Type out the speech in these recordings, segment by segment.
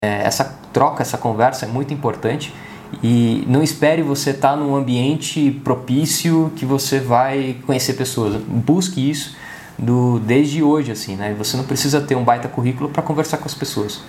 Essa troca, essa conversa é muito importante e não espere você estar num ambiente propício que você vai conhecer pessoas. Busque isso desde hoje, assim, né? Você não precisa ter um baita currículo para conversar com as pessoas.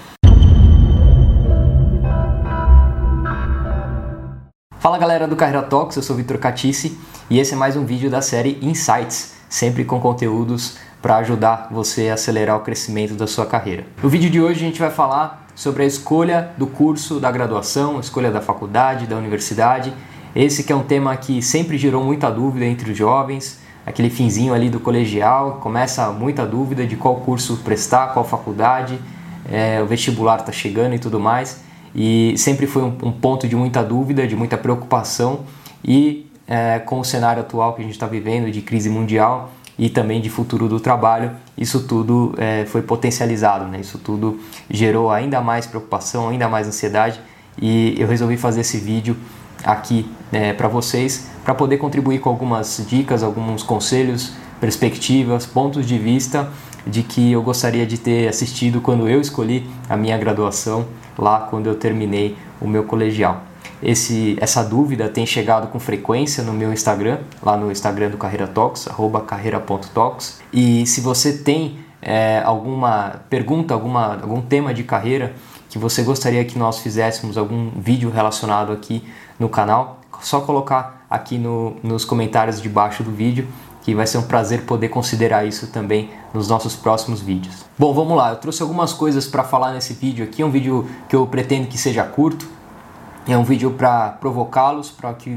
Fala galera do Carreira Talks, eu sou Vitor Catice e esse é mais um vídeo da série Insights, sempre com conteúdos para ajudar você a acelerar o crescimento da sua carreira. No vídeo de hoje a gente vai falar sobre a escolha do curso da graduação, a escolha da faculdade, da universidade. Esse que é um tema que sempre gerou muita dúvida entre os jovens, aquele finzinho ali do colegial, começa muita dúvida de qual curso prestar, qual faculdade, o vestibular está chegando e tudo mais. E sempre foi um ponto de muita dúvida, de muita preocupação e com o cenário atual que a gente está vivendo de crise mundial e também de futuro do trabalho, isso tudo foi potencializado, né? Isso tudo gerou ainda mais preocupação, ainda mais ansiedade e eu resolvi fazer esse vídeo aqui para vocês, para poder contribuir com algumas dicas, alguns conselhos, perspectivas, pontos de vista de que eu gostaria de ter assistido quando eu escolhi a minha graduação, lá quando eu terminei o meu colegial. Essa dúvida tem chegado com frequência no meu Instagram, lá no Instagram do Carreira Talks, @carreira.talks. E se você tem alguma pergunta, algum tema de carreira que você gostaria que nós fizéssemos algum vídeo relacionado aqui no canal, só colocar aqui nos comentários debaixo do vídeo, que vai ser um prazer poder considerar isso também nos nossos próximos vídeos. Bom, vamos lá, eu trouxe algumas coisas para falar nesse vídeo aqui, é um vídeo que eu pretendo que seja curto, é um vídeo para provocá-los, para que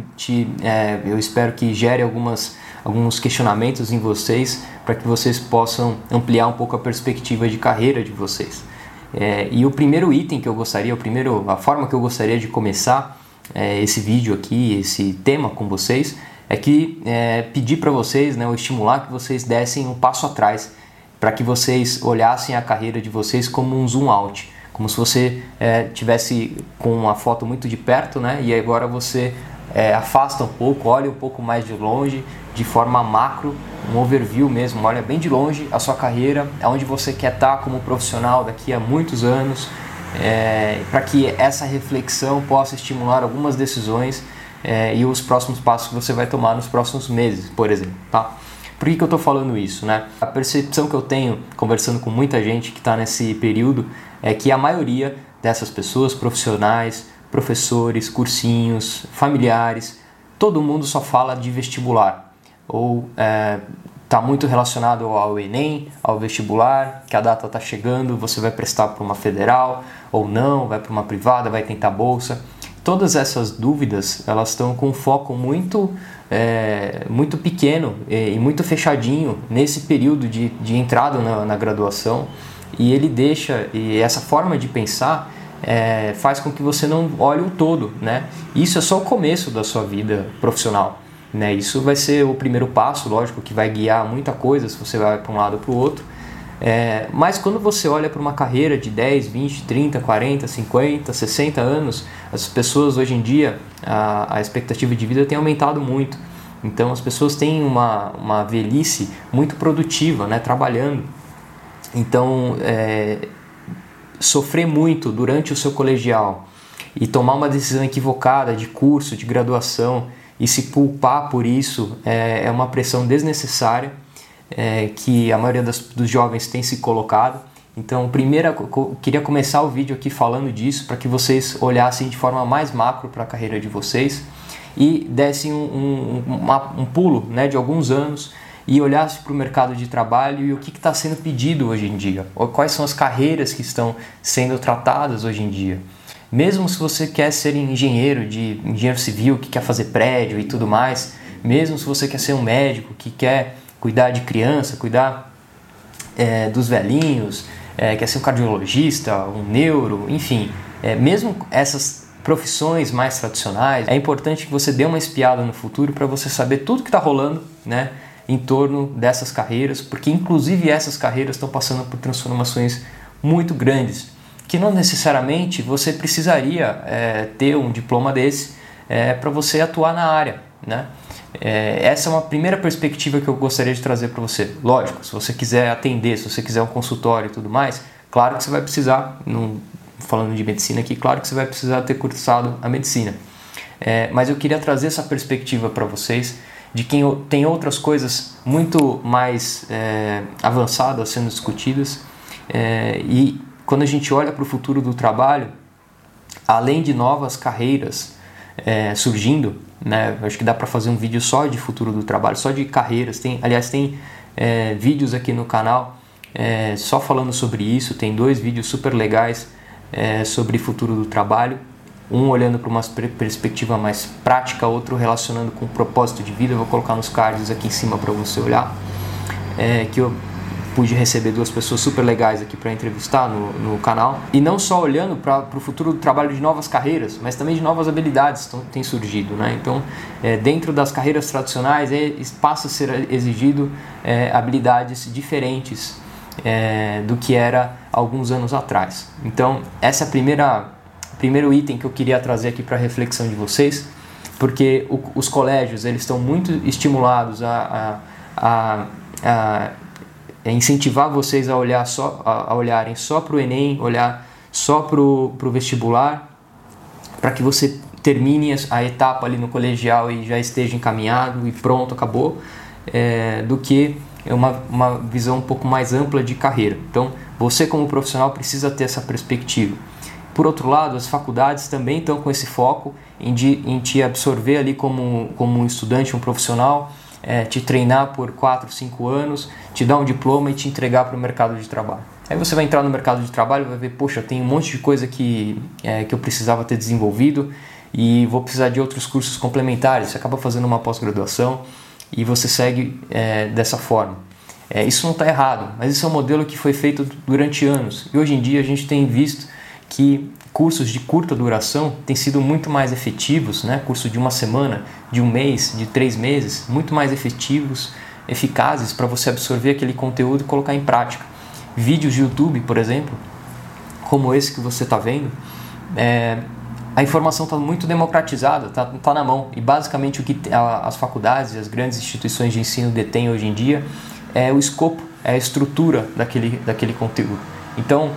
eu espero que gere alguns questionamentos em vocês, para que vocês possam ampliar um pouco a perspectiva de carreira de vocês. E o primeiro item que eu gostaria, a forma que eu gostaria de começar esse vídeo aqui, esse tema com vocês, pedir para vocês, ou estimular que vocês dessem um passo atrás, para que vocês olhassem a carreira de vocês como um zoom out, como se você tivesse com uma foto muito de perto, e agora você afasta um pouco, olha um pouco mais de longe, de forma macro, um overview mesmo, olha bem de longe a sua carreira, aonde você quer estar como profissional daqui a muitos anos, para que essa reflexão possa estimular algumas decisões e os próximos passos que você vai tomar nos próximos meses, por exemplo, tá? Por que eu estou falando isso, A percepção que eu tenho, conversando com muita gente que está nesse período, é que a maioria dessas pessoas, profissionais, professores, cursinhos, familiares, todo mundo só fala de vestibular, ou está muito relacionado ao Enem, ao vestibular, que a data está chegando, você vai prestar para uma federal ou não, vai para uma privada, vai tentar bolsa. Todas essas dúvidas, elas estão com um foco muito pequeno e muito fechadinho nesse período de entrada na graduação, e essa forma de pensar faz com que você não olhe o todo, Isso é só o começo da sua vida profissional, Isso vai ser o primeiro passo, lógico, que vai guiar muita coisa se você vai para um lado ou para o outro. Mas quando você olha para uma carreira de 10, 20, 30, 40, 50, 60 anos, as pessoas hoje em dia, a expectativa de vida tem aumentado muito. Então as pessoas têm uma velhice muito produtiva, trabalhando. Então sofrer muito durante o seu colegial e tomar uma decisão equivocada de curso, de graduação e se culpar por isso é uma pressão desnecessária. Que a maioria dos jovens tem se colocado. Então, eu queria começar o vídeo aqui falando disso, para que vocês olhassem de forma mais macro para a carreira de vocês e dessem um pulo de alguns anos e olhassem para o mercado de trabalho e o que está sendo pedido hoje em dia, ou quais são as carreiras que estão sendo tratadas hoje em dia. Mesmo se você quer ser engenheiro civil, que quer fazer prédio e tudo mais, mesmo se você quer ser um médico, que quer cuidar de criança, cuidar dos velhinhos, quer ser um cardiologista, um neuro, enfim, mesmo essas profissões mais tradicionais, é importante que você dê uma espiada no futuro para você saber tudo que está rolando, em torno dessas carreiras, porque inclusive essas carreiras estão passando por transformações muito grandes, que não necessariamente você precisaria ter um diploma desse para você atuar na área, Essa é uma primeira perspectiva que eu gostaria de trazer para você. Lógico, se você quiser atender, se você quiser um consultório e tudo mais, claro que você vai precisar, falando de medicina aqui, claro que você vai precisar ter cursado a medicina. Mas eu queria trazer essa perspectiva para vocês de quem tem outras coisas muito mais avançadas sendo discutidas. E quando a gente olha para o futuro do trabalho, além de novas carreiras surgindo, né, acho que dá para fazer um vídeo só de futuro do trabalho, só de carreiras. Tem vídeos aqui no canal só falando sobre isso. Tem 2 vídeos super legais sobre futuro do trabalho. Um olhando para uma perspectiva mais prática, outro relacionando com o propósito de vida. Eu vou colocar nos cards aqui em cima para você olhar. Que eu pude receber 2 pessoas super legais aqui para entrevistar no canal. E não só olhando para o futuro do trabalho de novas carreiras, mas também de novas habilidades que têm surgido, né? Então, dentro das carreiras tradicionais, passa a ser exigido habilidades diferentes do que era alguns anos atrás. Então, essa é primeiro item que eu queria trazer aqui para a reflexão de vocês, porque os colégios eles estão muito estimulados a incentivar vocês a olharem só para o Enem, olhar só para o vestibular, para que você termine a etapa ali no colegial e já esteja encaminhado e pronto, acabou, do que uma visão um pouco mais ampla de carreira. Então, você como profissional precisa ter essa perspectiva. Por outro lado, as faculdades também estão com esse foco em te absorver ali como um estudante, um profissional, te treinar por 4, 5 anos, te dar um diploma e te entregar para o mercado de trabalho. Aí você vai entrar no mercado de trabalho e vai ver, poxa, tem um monte de coisa que eu precisava ter desenvolvido e vou precisar de outros cursos complementares. Você acaba fazendo uma pós-graduação e você segue dessa forma. Isso não está errado, mas isso é um modelo que foi feito durante anos. E hoje em dia a gente tem visto que cursos de curta duração têm sido muito mais efetivos, né? Curso de 1 semana, de 1 mês, de 3 meses, muito mais efetivos, eficazes para você absorver aquele conteúdo e colocar em prática. Vídeos de YouTube, por exemplo, como esse que você está vendo, a informação está muito democratizada, tá na mão. E basicamente o que as faculdades e as grandes instituições de ensino detêm hoje em dia é o escopo, é a estrutura daquele conteúdo. Então,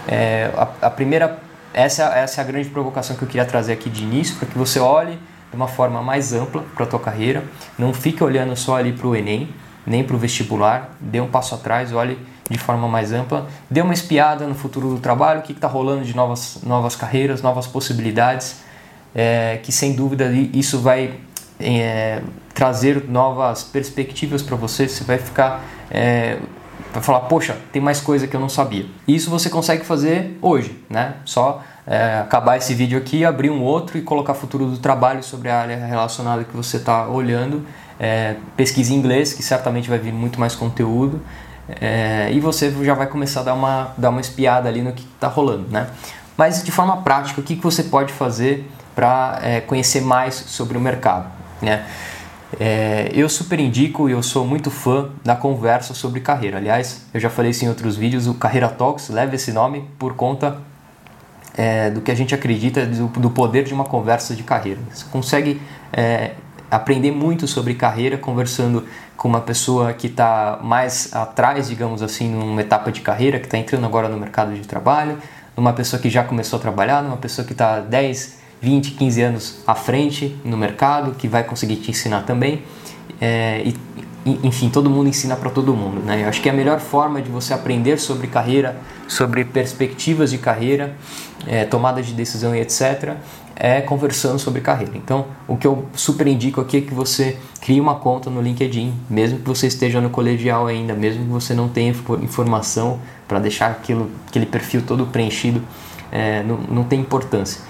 essa é a grande provocação que eu queria trazer aqui de início, para que você olhe de uma forma mais ampla para a tua carreira, não fique olhando só ali para o Enem, nem para o vestibular, dê um passo atrás, olhe de forma mais ampla, dê uma espiada no futuro do trabalho, o que está rolando de novas carreiras, novas possibilidades, que sem dúvida isso vai trazer novas perspectivas para você. Você vai ficar... vai falar, poxa, tem mais coisa que eu não sabia. Isso você consegue fazer hoje, né? Só acabar esse vídeo aqui, abrir um outro e colocar futuro do trabalho sobre a área relacionada que você está olhando. Pesquisa em inglês, que certamente vai vir muito mais conteúdo. E você já vai começar a dar uma espiada ali no que está rolando, né? Mas de forma prática, o que você pode fazer para conhecer mais sobre o mercado, né? Eu super indico e eu sou muito fã da conversa sobre carreira. Aliás, eu já falei isso em outros vídeos, o Carreira Talks leva esse nome por conta do que a gente acredita do poder de uma conversa de carreira. Você consegue aprender muito sobre carreira conversando com uma pessoa que está mais atrás, digamos assim, numa etapa de carreira, que está entrando agora no mercado de trabalho, numa pessoa que já começou a trabalhar, numa pessoa que está 10, 20, 15 anos à frente no mercado, que vai conseguir te ensinar também. Enfim, todo mundo ensina para todo mundo, né? Eu acho que a melhor forma de você aprender sobre carreira, sobre perspectivas de carreira, tomada de decisão e etc., é conversando sobre carreira. Então, o que eu super indico aqui é que você crie uma conta no LinkedIn, mesmo que você esteja no colegial ainda, mesmo que você não tenha informação para deixar aquele perfil todo preenchido, não tem importância.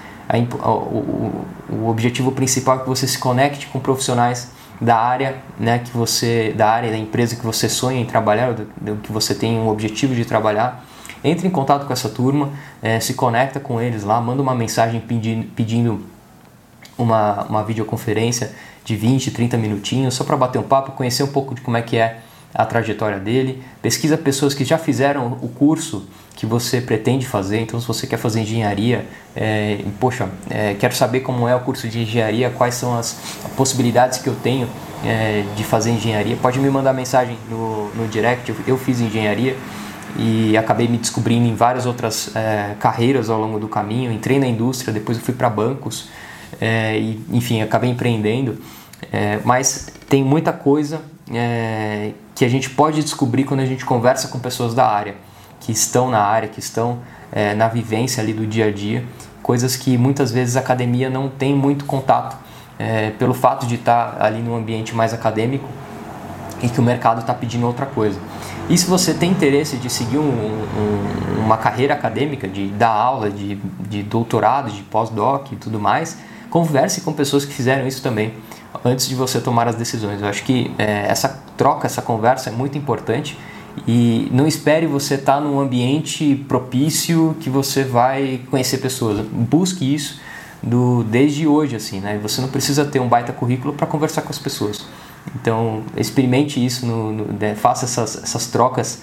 O objetivo principal é que você se conecte com profissionais da área, né, da empresa que você sonha em trabalhar, do que você tem um objetivo de trabalhar. Entre em contato com essa turma, se conecta com eles lá, manda uma mensagem pedindo uma videoconferência de 20, 30 minutinhos, só para bater um papo, conhecer um pouco de como é que é a trajetória dele. Pesquisa pessoas que já fizeram o curso que você pretende fazer. Então, se você quer fazer engenharia, quero saber como é o curso de engenharia, quais são as possibilidades que eu tenho de fazer engenharia, pode me mandar mensagem no direct. Eu fiz engenharia e acabei me descobrindo em várias outras carreiras ao longo do caminho. Entrei na indústria, depois eu fui para bancos, e, enfim, acabei empreendendo. Mas tem muita coisa que a gente pode descobrir quando a gente conversa com pessoas da área, que estão na área, que estão na vivência ali do dia a dia, coisas que muitas vezes a academia não tem muito contato, pelo fato de estar ali num ambiente mais acadêmico e que o mercado está pedindo outra coisa. E se você tem interesse de seguir uma carreira acadêmica, de dar aula, de doutorado, de pós-doc e tudo mais, converse com pessoas que fizeram isso também, antes de você tomar as decisões. Eu acho que essa troca, essa conversa é muito importante, e não espere você estar num ambiente propício que você vai conhecer pessoas. Busque isso desde hoje, assim, né? Você não precisa ter um baita currículo para conversar com as pessoas. Então, experimente isso, faça essas trocas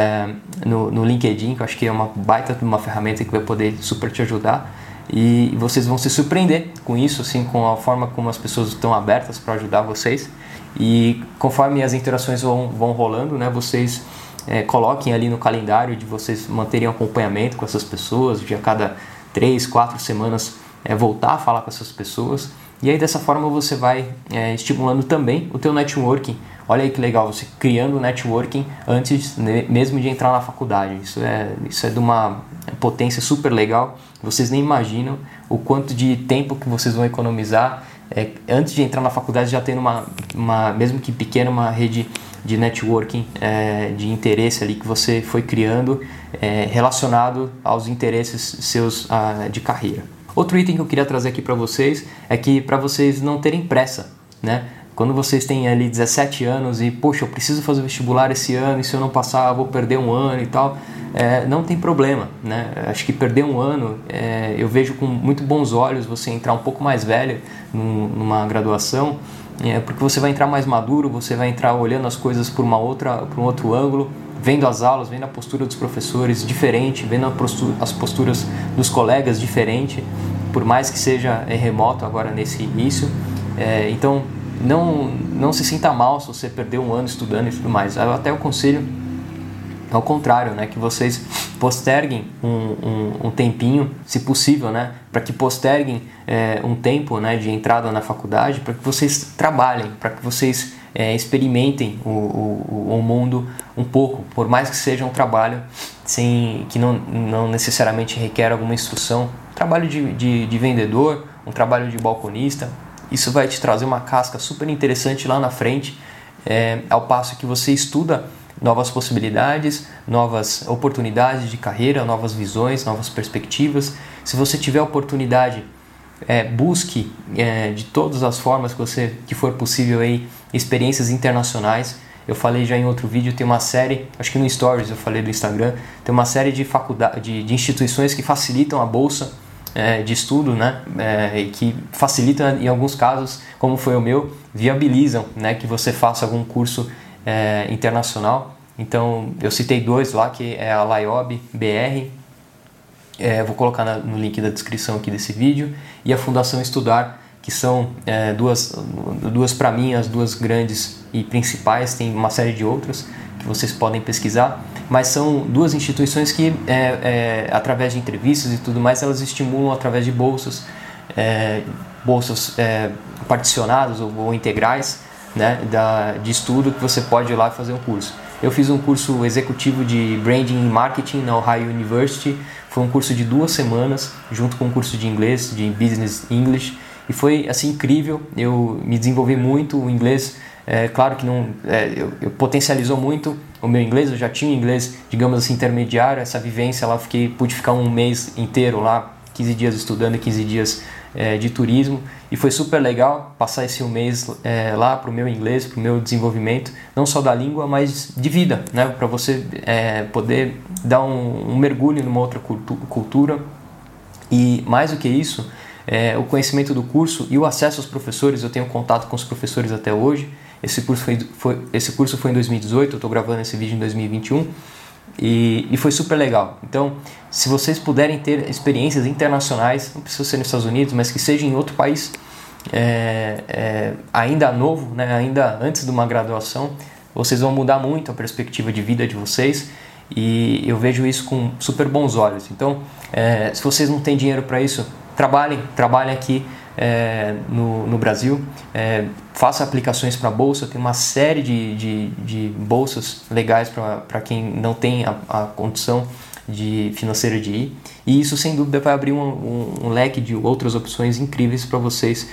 no LinkedIn, que eu acho que é uma baita de uma ferramenta que vai poder super te ajudar. E vocês vão se surpreender com isso, assim, com a forma como as pessoas estão abertas para ajudar vocês. E conforme as interações vão rolando, né, vocês coloquem ali no calendário de vocês manterem acompanhamento com essas pessoas, de a cada 3, 4 semanas voltar a falar com essas pessoas. E aí dessa forma você vai estimulando também o teu networking. Olha aí que legal, você criando networking antes mesmo de entrar na faculdade. Isso é de uma potência super legal. Vocês nem imaginam o quanto de tempo que vocês vão economizar antes de entrar na faculdade, já tendo mesmo que pequena, uma rede de networking, de interesse ali que você foi criando, relacionado aos interesses seus de carreira. Outro item que eu queria trazer aqui para vocês é que para vocês não terem pressa, né? Quando vocês têm ali 17 anos e, poxa, eu preciso fazer vestibular esse ano e se eu não passar eu vou perder um ano e tal, não tem problema, né? Acho que perder um ano, eu vejo com muito bons olhos você entrar um pouco mais velho numa graduação, porque você vai entrar mais maduro, você vai entrar olhando as coisas por um outro ângulo, vendo as aulas, vendo a postura dos professores diferente, vendo as posturas dos colegas diferente, por mais que seja remoto agora nesse início. Então não se sinta mal se você perdeu um ano estudando e tudo mais. Eu até aconselho ao contrário, né, que vocês posterguem um tempinho, se possível, né, para que posterguem um tempo, né, de entrada na faculdade, para que vocês trabalhem, para que vocês experimentem o mundo um pouco, por mais que seja um trabalho que não necessariamente requer alguma instrução, trabalho de vendedor, um trabalho de balconista. Isso vai te trazer uma casca super interessante lá na frente, ao passo que você estuda novas possibilidades, novas oportunidades de carreira, novas visões, novas perspectivas. Se você tiver oportunidade, busque de todas as formas que for possível aí, experiências internacionais. Eu falei já em outro vídeo, tem uma série, acho que no Stories eu falei do Instagram, tem uma série de instituições que facilitam a bolsa de estudo, né, que facilitam em alguns casos, como foi o meu, viabilizam, né, que você faça algum curso internacional. Então eu citei 2 lá, que é a Laiob BR, vou colocar no link da descrição aqui desse vídeo, e a Fundação Estudar, que são duas para mim, as 2 grandes e principais. Tem uma série de outras que vocês podem pesquisar, mas são 2 instituições que através de entrevistas e tudo mais, elas estimulam através de bolsas particionadas ou integrais, né, de estudo, que você pode ir lá fazer um curso. Eu fiz um curso executivo de Branding e Marketing na Ohio University. Foi um curso de 2 semanas, junto com um curso de inglês, de Business English, e foi assim incrível. Eu me desenvolvi muito o inglês. Claro que eu potencializou muito o meu inglês. Eu já tinha um inglês, digamos assim, intermediário. Essa vivência lá, pude ficar um mês inteiro lá, 15 dias estudando e 15 dias de turismo, e foi super legal passar esse um mês lá para o meu inglês, para o meu desenvolvimento, não só da língua, mas de vida, né? Para você poder dar um mergulho numa outra cultura. E mais do que isso, o conhecimento do curso e o acesso aos professores. Eu tenho contato com os professores até hoje. Esse curso foi em 2018, eu estou gravando esse vídeo em 2021, e foi super legal. Então, se vocês puderem ter experiências internacionais, não precisa ser nos Estados Unidos, mas que seja em outro país, ainda novo, né, ainda antes de uma graduação, vocês vão mudar muito a perspectiva de vida de vocês, e eu vejo isso com super bons olhos. Então, se vocês não têm dinheiro para isso, trabalhem aqui no Brasil, faça aplicações para bolsa, tem uma série de bolsas legais para quem não tem a condição financeira de ir, e isso sem dúvida vai abrir um leque de outras opções incríveis para vocês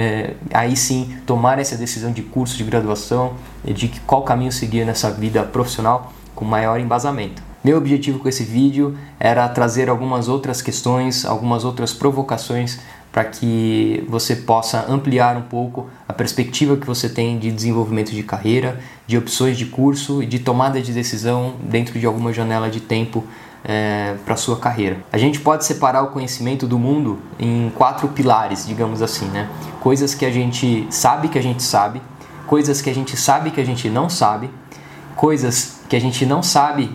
aí sim tomar essa decisão de curso, de graduação, de qual caminho seguir nessa vida profissional com maior embasamento. Meu objetivo com esse vídeo era trazer algumas outras questões, algumas outras provocações para que você possa ampliar um pouco a perspectiva que você tem de desenvolvimento de carreira, de opções de curso e de tomada de decisão dentro de alguma janela de tempo para a sua carreira. A gente pode separar o conhecimento do mundo em 4 pilares, digamos assim, né? Coisas que a gente sabe, coisas que a gente sabe que a gente não sabe, coisas que a gente não sabe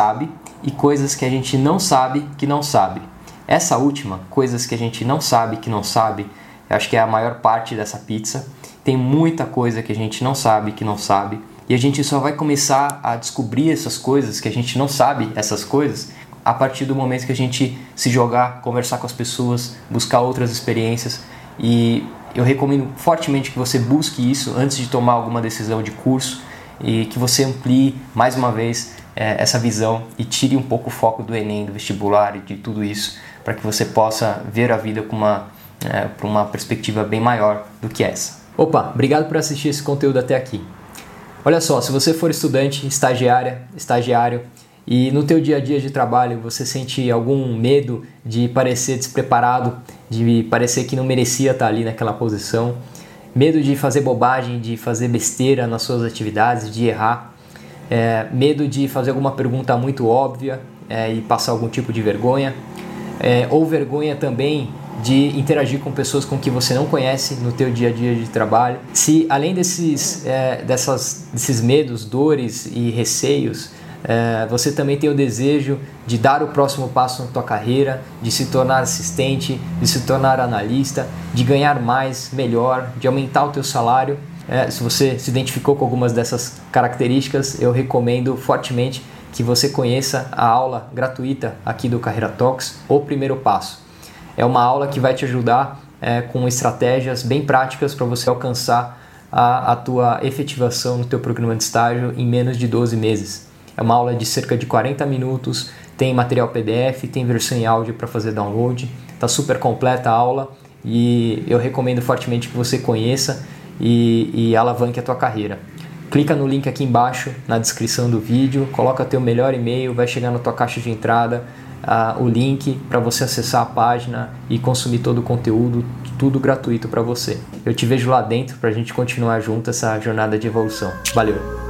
e coisas que a gente não sabe que não sabe. Essa última, coisas que a gente não sabe que não sabe, eu acho que é a maior parte dessa pizza. Tem muita coisa que a gente não sabe que não sabe, e a gente só vai começar a descobrir essas coisas que a gente não sabe, essas coisas, a partir do momento que a gente se jogar, conversar com as pessoas, buscar outras experiências. E eu recomendo fortemente que você busque isso antes de tomar alguma decisão de curso, e que você amplie mais uma vez essa visão e tire um pouco o foco do Enem, do vestibular e de tudo isso, para que você possa ver a vida com uma perspectiva bem maior do que essa. Opa, obrigado por assistir esse conteúdo até aqui. Olha só, se você for estudante, estagiário, e no teu dia a dia de trabalho você sente algum medo de parecer despreparado, de parecer que não merecia estar ali naquela posição, medo de fazer bobagem, de fazer besteira nas suas atividades, de errar, medo de fazer alguma pergunta muito óbvia e passar algum tipo de vergonha, ou vergonha também de interagir com pessoas com que você não conhece no teu dia a dia de trabalho. Se além desses medos, dores e receios, você também tem o desejo de dar o próximo passo na tua carreira, de se tornar assistente, de se tornar analista, de ganhar mais, melhor, de aumentar o teu salário. Se você se identificou com algumas dessas características, eu recomendo fortemente que você conheça a aula gratuita aqui do Carreira Talks, O Primeiro Passo. É uma aula que vai te ajudar com estratégias bem práticas para você alcançar a tua efetivação no teu programa de estágio em menos de 12 meses. É uma aula de cerca de 40 minutos, tem material PDF, tem versão em áudio para fazer download, está super completa a aula e eu recomendo fortemente que você conheça e alavanque a tua carreira. Clica no link aqui embaixo na descrição do vídeo, coloca teu melhor e-mail, vai chegar na tua caixa de entrada o link para você acessar a página e consumir todo o conteúdo, tudo gratuito para você. Eu te vejo lá dentro para a gente continuar junto essa jornada de evolução. Valeu!